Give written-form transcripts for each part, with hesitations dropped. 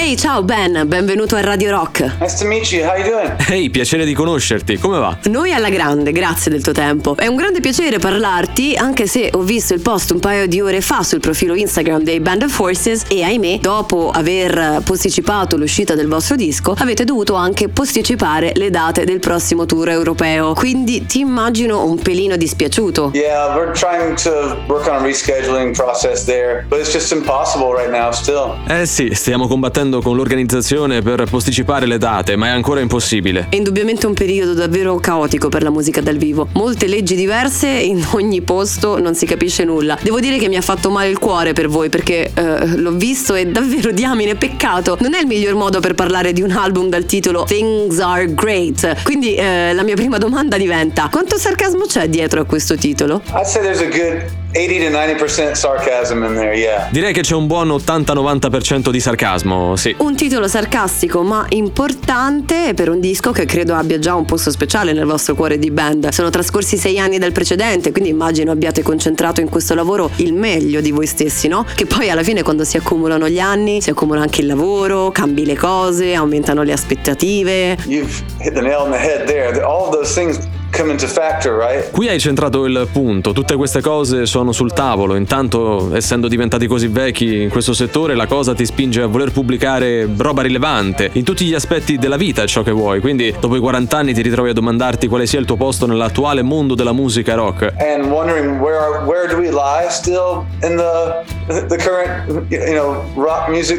Ehi, ciao Ben, benvenuto a Radio Rock. Nice to meet you. How you doing? Ehi, piacere di conoscerti, come va? Noi alla grande, grazie del tuo tempo. È un grande piacere parlarti, anche se ho visto il post un paio di ore fa sul profilo Instagram dei Band of Horses e ahimè, dopo aver posticipato l'uscita del vostro disco, avete dovuto anche posticipare le date del prossimo tour europeo. Quindi ti immagino un pelino dispiaciuto. Yeah, we're trying to work on a rescheduling process there, but it's just impossible right now still. Sì, stiamo combattendo con l'organizzazione per posticipare le date, ma è ancora impossibile. È indubbiamente un periodo davvero caotico per la musica dal vivo. Molte leggi diverse in ogni posto, non si capisce nulla. Devo dire che mi ha fatto male il cuore per voi perché l'ho visto e davvero diamine, peccato. Non è il miglior modo per parlare di un album dal titolo Things Are Great. Quindi la mia prima domanda diventa: quanto sarcasmo c'è dietro a questo titolo? I'd say there's a good 80 to 90% sarcasm in there, yeah. Direi che c'è un buon 80-90% di sarcasmo, sì. Un titolo sarcastico ma importante per un disco che credo abbia già un posto speciale nel vostro cuore di band. Sono trascorsi 6 anni dal precedente, quindi immagino abbiate concentrato in questo lavoro il meglio di voi stessi, no? Che poi alla fine, quando si accumulano gli anni, si accumula anche il lavoro, cambi le cose, aumentano le aspettative. You've hit the nail on the head there. All of those things come into factor, right? Qui hai centrato il punto, tutte queste cose sono sul tavolo, intanto essendo diventati così vecchi in questo settore la cosa ti spinge a voler pubblicare roba rilevante, in tutti gli aspetti della vita è ciò che vuoi, quindi dopo i 40 anni ti ritrovi a domandarti quale sia il tuo posto nell'attuale mondo della musica rock. And wondering where do we lie still in the current, rock music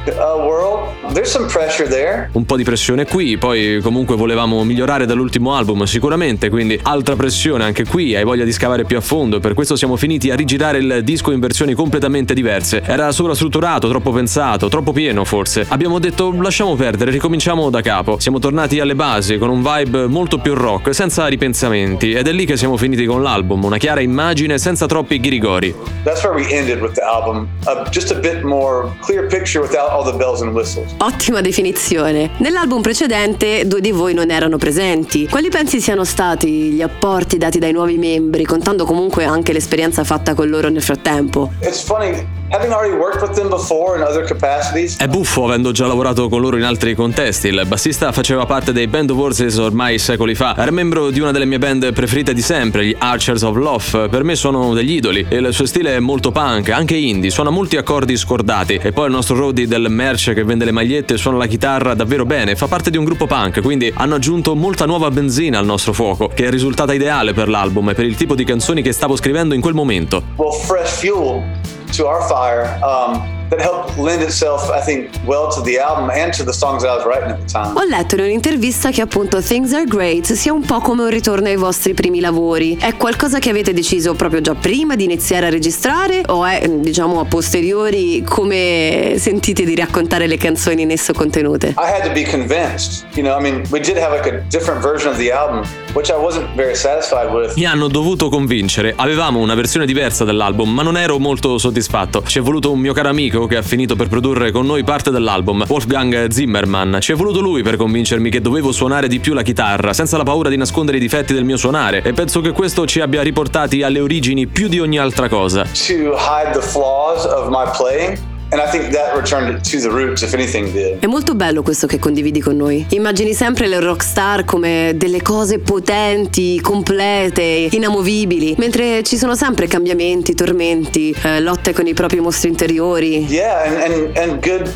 world. There's some pressure there. Un po' di pressione qui, poi comunque volevamo migliorare dall'ultimo album sicuramente, quindi altra pressione anche qui, hai voglia di scavare più a fondo, per questo siamo finiti a rigirare il disco in versioni completamente diverse. Era sovrastrutturato, troppo pensato, troppo pieno forse. Abbiamo detto lasciamo perdere, ricominciamo da capo. Siamo tornati alle basi con un vibe molto più rock, senza ripensamenti, ed è lì che siamo finiti con l'album, una chiara immagine senza troppi ghirigori. That's where we ended with the album. Just a bit more clear picture without all the bells and whistles. Ottima definizione. Nell'album precedente 2 di voi non erano presenti. Quali pensi siano stati gli apporti dati dai nuovi membri, contando comunque anche l'esperienza fatta con loro nel frattempo? It's funny. Having already worked with them before in other capacities. È buffo avendo già lavorato con loro in altri contesti. Il bassista faceva parte dei Band of Horses ormai secoli fa. Era membro di una delle mie band preferite di sempre, gli Archers of Love. Per me sono degli idoli. Il suo stile è molto punk, anche indie, suona molti accordi scordati. E poi il nostro roadie del merch che vende le magliette suona la chitarra davvero bene. Fa parte di un gruppo punk, quindi hanno aggiunto molta nuova benzina al nostro fuoco, che è risultata ideale per l'album e per il tipo di canzoni che stavo scrivendo in quel momento. Well, fresh fuel to our fire that helped lend itself, I think, well to the album and to the songs I was writing at the time. Ho letto in un'intervista che appunto Things Are Great sia un po' come un ritorno ai vostri primi lavori. È qualcosa che avete deciso proprio già prima di iniziare a registrare o è, diciamo, a posteriori come sentite di raccontare le canzoni in esso contenute? I had to be convinced. We did have like a different version of the album, which I wasn't very satisfied with. Mi hanno dovuto convincere. Avevamo una versione diversa dell'album, ma non ero molto soddisfatto. Ci è voluto un mio caro amico che ha finito per produrre con noi parte dell'album, Wolfgang Zimmermann. Ci è voluto lui per convincermi che dovevo suonare di più la chitarra, senza la paura di nascondere i difetti del mio suonare, e penso che questo ci abbia riportati alle origini più di ogni altra cosa. To hide the flaws of my playing. And I think that returned it to the roots, if anything did. È molto bello questo che condividi con noi. Immagini sempre le rockstar come delle cose potenti, complete, inamovibili, mentre ci sono sempre cambiamenti, tormenti, lotte con i propri mostri interiori. Yeah, and good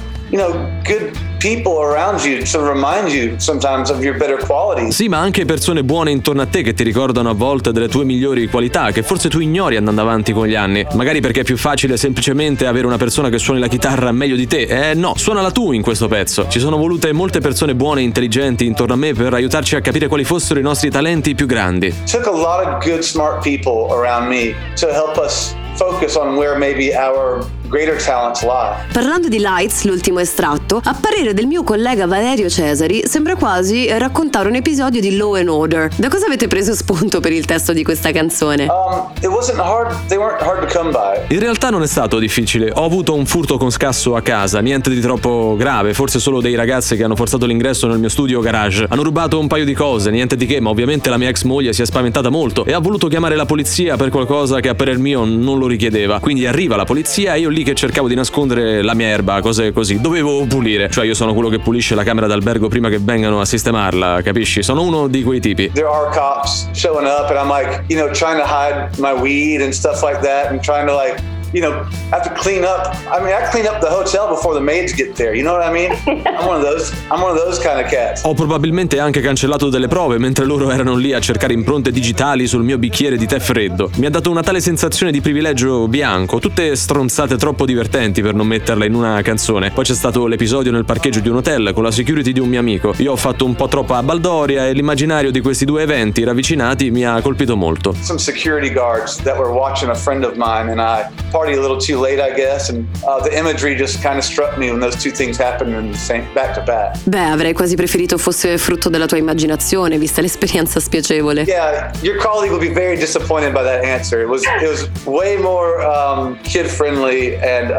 people around you to remind you sometimes of your better qualities. Sì, ma anche persone buone intorno a te che ti ricordano a volte delle tue migliori qualità, che forse tu ignori andando avanti con gli anni. Magari perché è più facile semplicemente avere una persona che suoni la chitarra meglio di te. No, suonala tu in questo pezzo. Ci sono volute molte persone buone e intelligenti intorno a me per aiutarci a capire quali fossero i nostri talenti più grandi. Took a lot of good, smart people around me to help us focus on where maybe our greater talents lie. Parlando di Lights, l'ultimo estratto, a parere del mio collega Valerio Cesari, sembra quasi raccontare un episodio di Law and Order. Da cosa avete preso spunto per il testo di questa canzone? It wasn't hard, they weren't hard to come by. In realtà non è stato difficile. Ho avuto un furto con scasso a casa, niente di troppo grave, forse solo dei ragazzi che hanno forzato l'ingresso nel mio studio garage. Hanno rubato un paio di cose, niente di che, ma ovviamente la mia ex moglie si è spaventata molto e ha voluto chiamare la polizia per qualcosa che a parer mio non lo richiedeva. Quindi arriva la polizia e io lì che cercavo di nascondere la mia erba, cose così. Dovevo pulire, cioè io sono quello che pulisce la camera d'albergo prima che vengano a sistemarla, capisci? Sono uno di quei tipi. There are cops showing up and I'm like, trying to hide my weed and stuff like that and trying to have to clean up. I mean, I clean up the hotel before the maids get there. You know what I mean? I'm one of those kind of cats. Ho probabilmente anche cancellato delle prove mentre loro erano lì a cercare impronte digitali sul mio bicchiere di tè freddo. Mi ha dato una tale sensazione di privilegio bianco, tutte stronzate troppo divertenti per non metterle in una canzone. Poi c'è stato l'episodio nel parcheggio di un hotel con la security di un mio amico. Io ho fatto un po' troppa baldoria e l'immaginario di questi due eventi ravvicinati mi ha colpito molto. Some security guards that were watching a friend of mine and I party a little too late, I guess, and the imagery just kind of struck me when those two things happened in the same back to back. Beh, avrei quasi preferito fosse frutto della tua immaginazione, vista l'esperienza spiacevole. Yeah, your colleague will be very disappointed by that answer. It was way more kid friendly and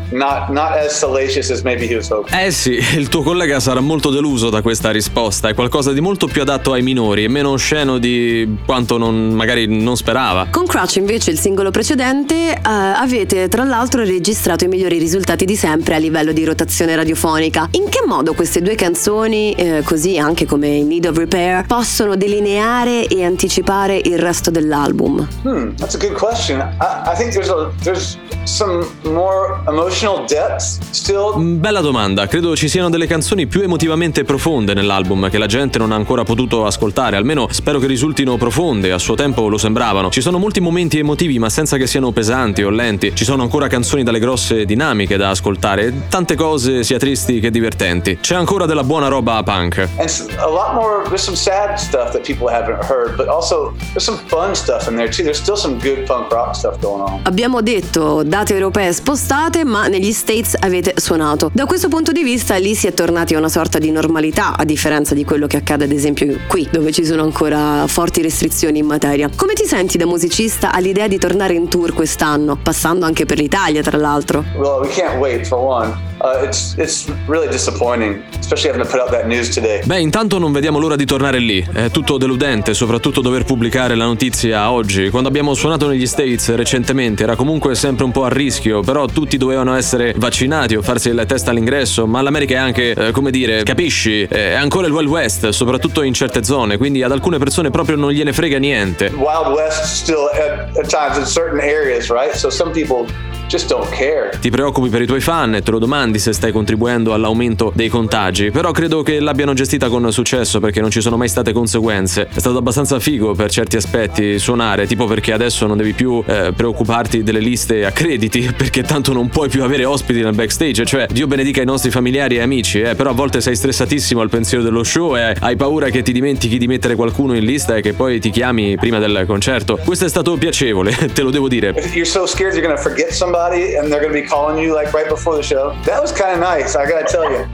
not as salacious as maybe he was hoping. Sì, il tuo collega sarà molto deluso da questa risposta. È qualcosa di molto più adatto ai minori e meno osceno di quanto magari non sperava. Con Crutch invece, il singolo precedente, avete tra l'altro registrato i migliori risultati di sempre a livello di rotazione radiofonica. In che modo queste due canzoni, così anche come In Need of Repair, possono delineare e anticipare il resto dell'album? That's a good question. I think there's some more emotional depth still. Bella domanda. Credo ci siano delle canzoni più emotivamente profonde nell'album che la gente non ha ancora potuto ascoltare. Almeno spero che risultino profonde. A suo tempo lo sembravano. Ci sono molti momenti emotivi, ma senza che siano pesanti o lenti. Ci sono ancora canzoni dalle grosse dinamiche da ascoltare, tante cose sia tristi che divertenti. C'è ancora della buona roba punk. And a lot more, there's some sad stuff that people haven't heard, but also there's some fun stuff in there too. There's still some good punk rock stuff going on. Abbiamo detto date europee spostate, ma negli States avete suonato. Da questo punto di vista lì si è tornati a una sorta di normalità, a differenza di quello che accade ad esempio qui, dove ci sono ancora forti restrizioni in materia. Come ti senti da musicista all'idea di tornare in tour quest'anno, passando anche per l'Italia tra l'altro? Well, we can't wait for one. It's really disappointing, especially having to put out that news today. Beh, intanto non vediamo l'ora di tornare lì. È tutto deludente, soprattutto dover pubblicare la notizia oggi. Quando abbiamo suonato negli States recentemente era comunque sempre un po' a rischio, però tutti dovevano essere vaccinati o farsi il test all'ingresso, ma l'America è anche, come dire, capisci? È ancora il Wild West, soprattutto in certe zone, quindi ad alcune persone proprio non gliene frega niente. Wild West still at times in certain areas, right? So some people just don't care. Ti preoccupi per i tuoi fan e te lo domandi se stai contribuendo all'aumento dei contagi, però credo che l'abbiano gestita con successo perché non ci sono mai state conseguenze. È stato abbastanza figo per certi aspetti suonare, tipo perché adesso non devi più preoccuparti delle liste a crediti perché tanto non puoi più avere ospiti nel backstage, cioè Dio benedica i nostri familiari e amici, però a volte sei stressatissimo al pensiero dello show e hai paura che ti dimentichi di mettere qualcuno in lista e che poi ti chiami prima del concerto. Questo è stato piacevole, te lo devo dire. If you're so scared you're gonna forget somebody and they're gonna be calling you like right before the show. That was kind of nice, I gotta tell you.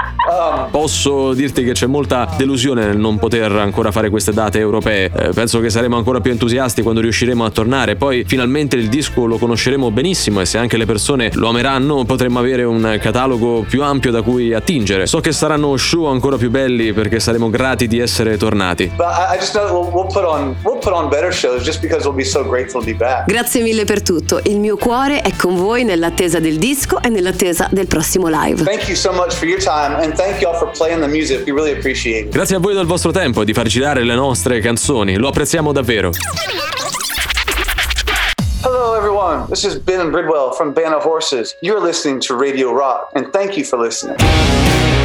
Posso dirti che c'è molta delusione nel non poter ancora fare queste date europee. Penso che saremo ancora più entusiasti quando riusciremo a tornare. Poi finalmente il disco lo conosceremo benissimo e se anche le persone lo ameranno potremmo avere un catalogo più ampio da cui attingere. So che saranno show ancora più belli perché saremo grati di essere tornati. But I just know we'll put on better shows just because we'll be so grateful to be back. Grazie mille per tutto. Il mio cuore è con voi nell'attesa del disco e nell'attesa del prossimo live. Thank you so much for your time and thank you all for playing the music. We really appreciate it. Grazie a voi del vostro tempo e di far girare le nostre canzoni. Lo apprezziamo davvero. Hello everyone, this is Ben Bridwell from Band of Horses. You're listening to Radio Rock and thank you for listening.